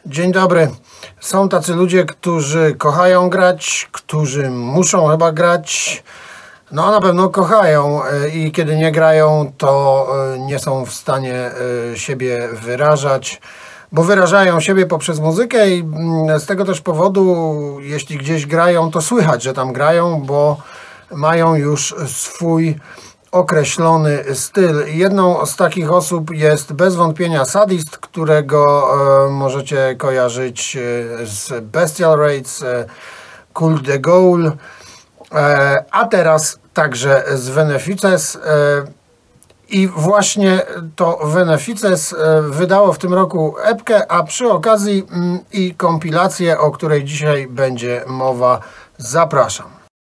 Dzień dobry. Są tacy ludzie, którzy kochają grać, którzy muszą chyba grać. No a na pewno kochają i kiedy nie grają, to nie są w stanie siebie wyrażać, bo wyrażają siebie poprzez muzykę i z tego też powodu, jeśli gdzieś grają, to słychać, że tam grają, bo mają już swój określony styl. Jedną z takich osób jest bez wątpienia Sadist, którego możecie kojarzyć z Bestial Raids, Cult de Gaulle, a teraz także z Venefices. I właśnie to Venefices wydało w tym roku epkę, a przy okazji i kompilację, o której dzisiaj będzie mowa. Zapraszam.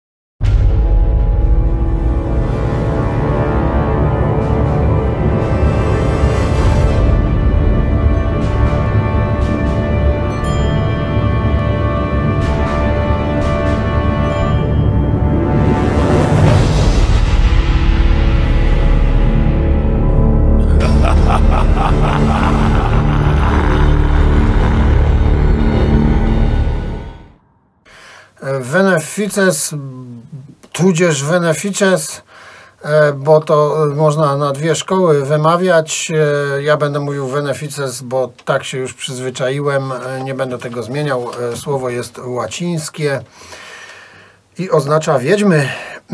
Venefices, tudzież Venefices, bo to można na dwie szkoły wymawiać. Ja będę mówił Venefices, bo tak się już przyzwyczaiłem, nie będę tego zmieniał. Słowo jest łacińskie i oznacza wiedźmy.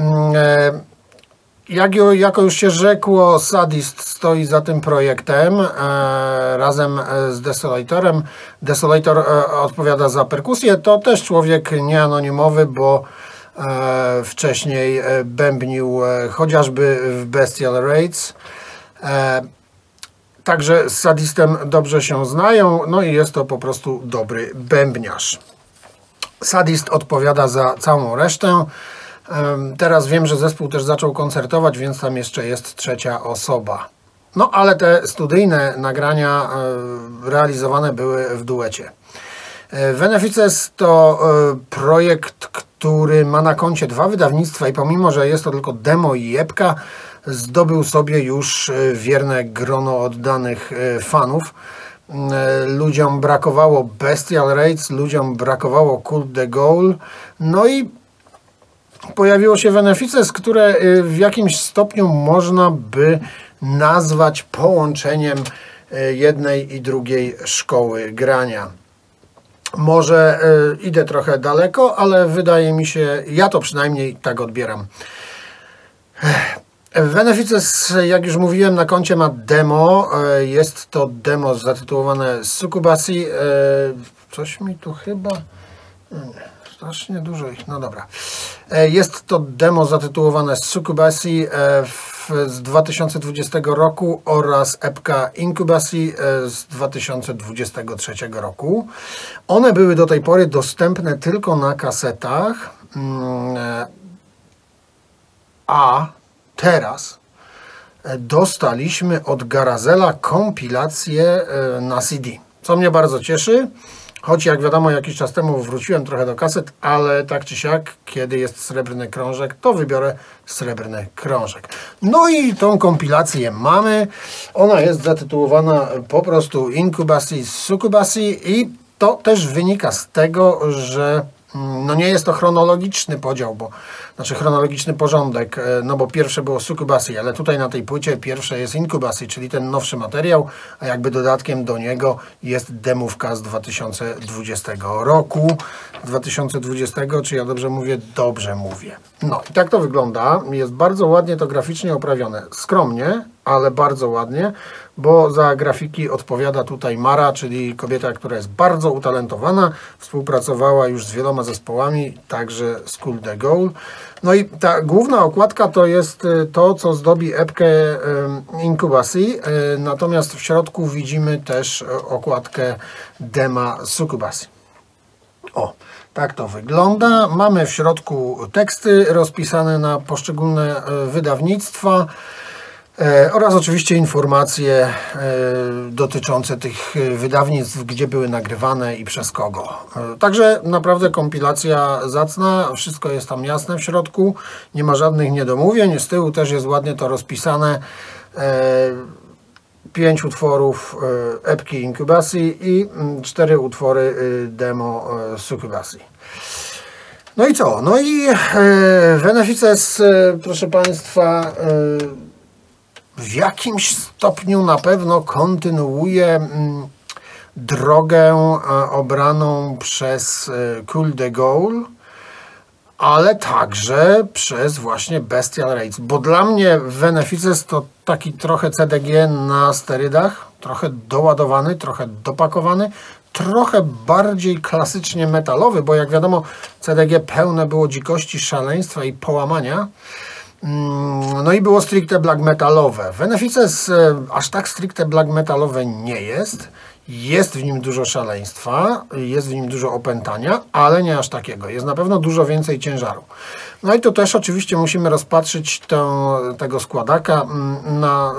Jako już się rzekło, Sadist stoi za tym projektem razem z Desolatorem. Desolator odpowiada za perkusję. To też człowiek nieanonimowy, bo wcześniej bębnił chociażby w Bestial Raids. Także z Sadistem dobrze się znają, no i jest to po prostu dobry bębniarz. Sadist odpowiada za całą resztę. Teraz wiem, że zespół też zaczął koncertować, więc tam jeszcze jest trzecia osoba. No ale te studyjne nagrania realizowane były w duecie. Venefices to projekt, który ma na koncie 2 wydawnictwa i pomimo, że jest to tylko demo i epka, zdobył sobie już wierne grono oddanych fanów. Ludziom brakowało Bestial Raids, ludziom brakowało Cult de Gaulle, no i pojawiło się Venefices, które w jakimś stopniu można by nazwać połączeniem jednej i drugiej szkoły grania. Może idę trochę daleko, ale wydaje mi się, ja to przynajmniej tak odbieram. Venefices, jak już mówiłem, na koncie ma demo. Jest to demo zatytułowane Succubasi. Coś mi tu chyba... Strasznie dużo ich, no dobra. Jest to demo zatytułowane Succubasi z 2020 roku oraz epka Incubasi z 2023 roku. One były do tej pory dostępne tylko na kasetach, a teraz dostaliśmy od Garazela kompilację na CD, co mnie bardzo cieszy. Choć jak wiadomo, jakiś czas temu wróciłem trochę do kaset, ale tak czy siak, kiedy jest srebrny krążek, to wybiorę srebrny krążek. No i tą kompilację mamy. Ona jest zatytułowana po prostu Incubasi Succubasi i to też wynika z tego, że no nie jest to chronologiczny podział, znaczy chronologiczny porządek, no bo pierwsze było Succubasi, ale tutaj na tej płycie pierwsze jest Incubasi, czyli ten nowszy materiał, a jakby dodatkiem do niego jest demówka z 2020 roku. 2020, czy ja dobrze mówię? Dobrze mówię. No i tak to wygląda. Jest bardzo ładnie to graficznie oprawione. Skromnie, ale bardzo ładnie, bo za grafiki odpowiada tutaj Mara, czyli kobieta, która jest bardzo utalentowana, współpracowała już z wieloma zespołami, także z Cult de Gaulle. No i ta główna okładka to jest to, co zdobi epkę Incubasi, natomiast w środku widzimy też okładkę dema Succubasi. O, tak to wygląda. Mamy w środku teksty rozpisane na poszczególne wydawnictwa oraz oczywiście informacje dotyczące tych wydawnictw, gdzie były nagrywane i przez kogo. Także naprawdę kompilacja zacna, wszystko jest tam jasne w środku, nie ma żadnych niedomówień, z tyłu też jest ładnie to rozpisane. 5 utworów epki Incubasi i 4 utwory demo Succubasi. No i co? No i Venefices, proszę Państwa, w jakimś stopniu na pewno kontynuuje drogę obraną przez Cool de Gaulle, ale także przez właśnie Bestial Raids, bo dla mnie Venefices to taki trochę CDG na sterydach, trochę doładowany, trochę dopakowany, trochę bardziej klasycznie metalowy, bo jak wiadomo CDG pełne było dzikości, szaleństwa i połamania. No i było stricte black metalowe. Venefices aż tak stricte black metalowe nie jest. Jest w nim dużo szaleństwa, jest w nim dużo opętania, ale nie aż takiego. Jest na pewno dużo więcej ciężaru. No i tu też oczywiście musimy rozpatrzyć tego składaka na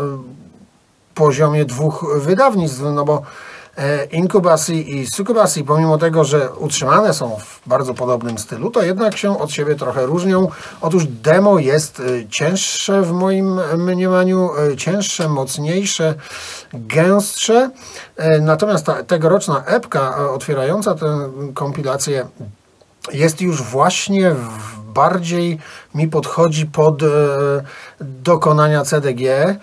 poziomie 2 wydawnictw, no bo Incubasi i Succubasi, pomimo tego, że utrzymane są w bardzo podobnym stylu, to jednak się od siebie trochę różnią. Otóż demo jest cięższe w moim mniemaniu, cięższe, mocniejsze, gęstsze. Natomiast ta tegoroczna epka otwierająca tę kompilację jest już właśnie bardziej mi podchodzi pod dokonania CDG.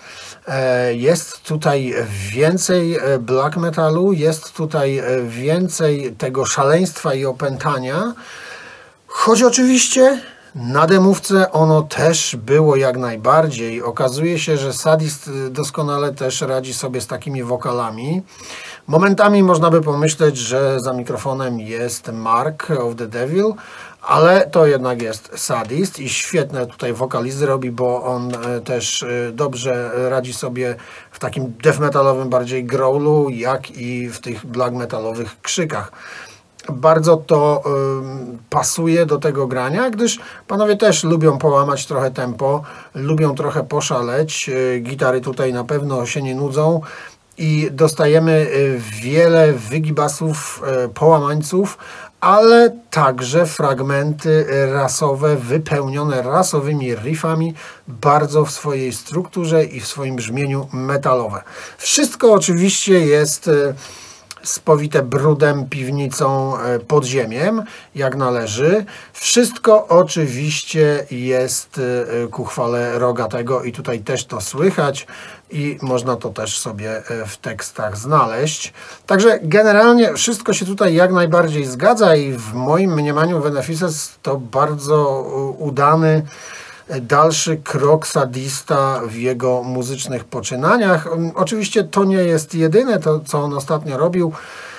Jest tutaj więcej black metalu, jest tutaj więcej tego szaleństwa i opętania, choć oczywiście na demówce ono też było jak najbardziej. Okazuje się, że Sadist doskonale też radzi sobie z takimi wokalami. Momentami można by pomyśleć, że za mikrofonem jest Mark of the Devil, ale to jednak jest Sadist i świetne tutaj wokalizy robi, bo on też dobrze radzi sobie w takim death metalowym bardziej growlu, jak i w tych black metalowych krzykach. Bardzo to pasuje do tego grania, gdyż panowie też lubią połamać trochę tempo, lubią trochę poszaleć, gitary tutaj na pewno się nie nudzą i dostajemy wiele wygibasów, połamańców, ale także fragmenty rasowe, wypełnione rasowymi riffami, bardzo w swojej strukturze i w swoim brzmieniu metalowe. Wszystko oczywiście jest spowite brudem, piwnicą, podziemiem, jak należy. Wszystko oczywiście jest ku chwale Rogatego i tutaj też to słychać i można to też sobie w tekstach znaleźć. Także generalnie wszystko się tutaj jak najbardziej zgadza i w moim mniemaniu Venefices to bardzo udany dalszy krok Sadista w jego muzycznych poczynaniach. Oczywiście to nie jest jedyne, to co on ostatnio robił,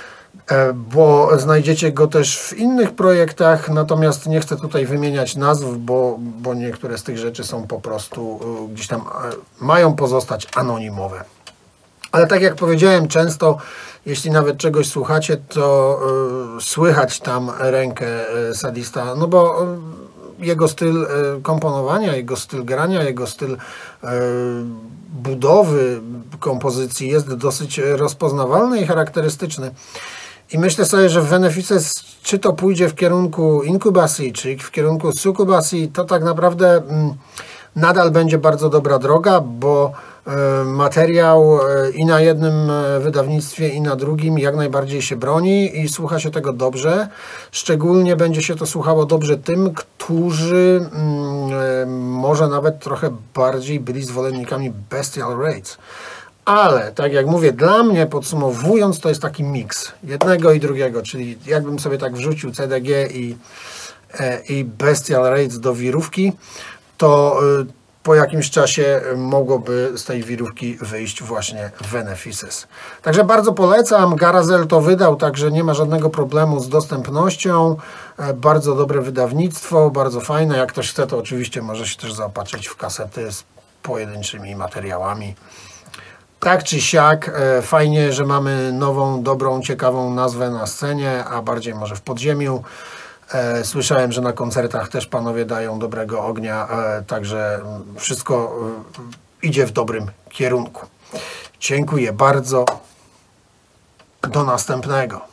bo znajdziecie go też w innych projektach, natomiast nie chcę tutaj wymieniać nazw, bo niektóre z tych rzeczy są po prostu gdzieś tam, mają pozostać anonimowe. Ale tak jak powiedziałem, często jeśli nawet czegoś słuchacie, to słychać tam rękę Sadista, no bo jego styl komponowania, jego styl grania, jego styl budowy kompozycji jest dosyć rozpoznawalny i charakterystyczny. I myślę sobie, że w Venefices, czy to pójdzie w kierunku Incubasi, czy w kierunku Succubasi, to tak naprawdę nadal będzie bardzo dobra droga, bo materiał i na jednym wydawnictwie, i na drugim jak najbardziej się broni i słucha się tego dobrze. Szczególnie będzie się to słuchało dobrze tym, którzy może nawet trochę bardziej byli zwolennikami Bestial Raids. Ale, tak jak mówię, dla mnie, podsumowując, to jest taki miks jednego i drugiego, czyli jakbym sobie tak wrzucił CDG i Bestial Raids do wirówki, to po jakimś czasie mogłoby z tej wirówki wyjść właśnie Venefices. Także bardzo polecam. Garazel to wydał, także nie ma żadnego problemu z dostępnością. Bardzo dobre wydawnictwo, bardzo fajne. Jak ktoś chce, to oczywiście może się też zaopatrzyć w kasety z pojedynczymi materiałami. Tak czy siak, fajnie, że mamy nową, dobrą, ciekawą nazwę na scenie, a bardziej może w podziemiu. Słyszałem, że na koncertach też panowie dają dobrego ognia, także wszystko idzie w dobrym kierunku. Dziękuję bardzo. Do następnego.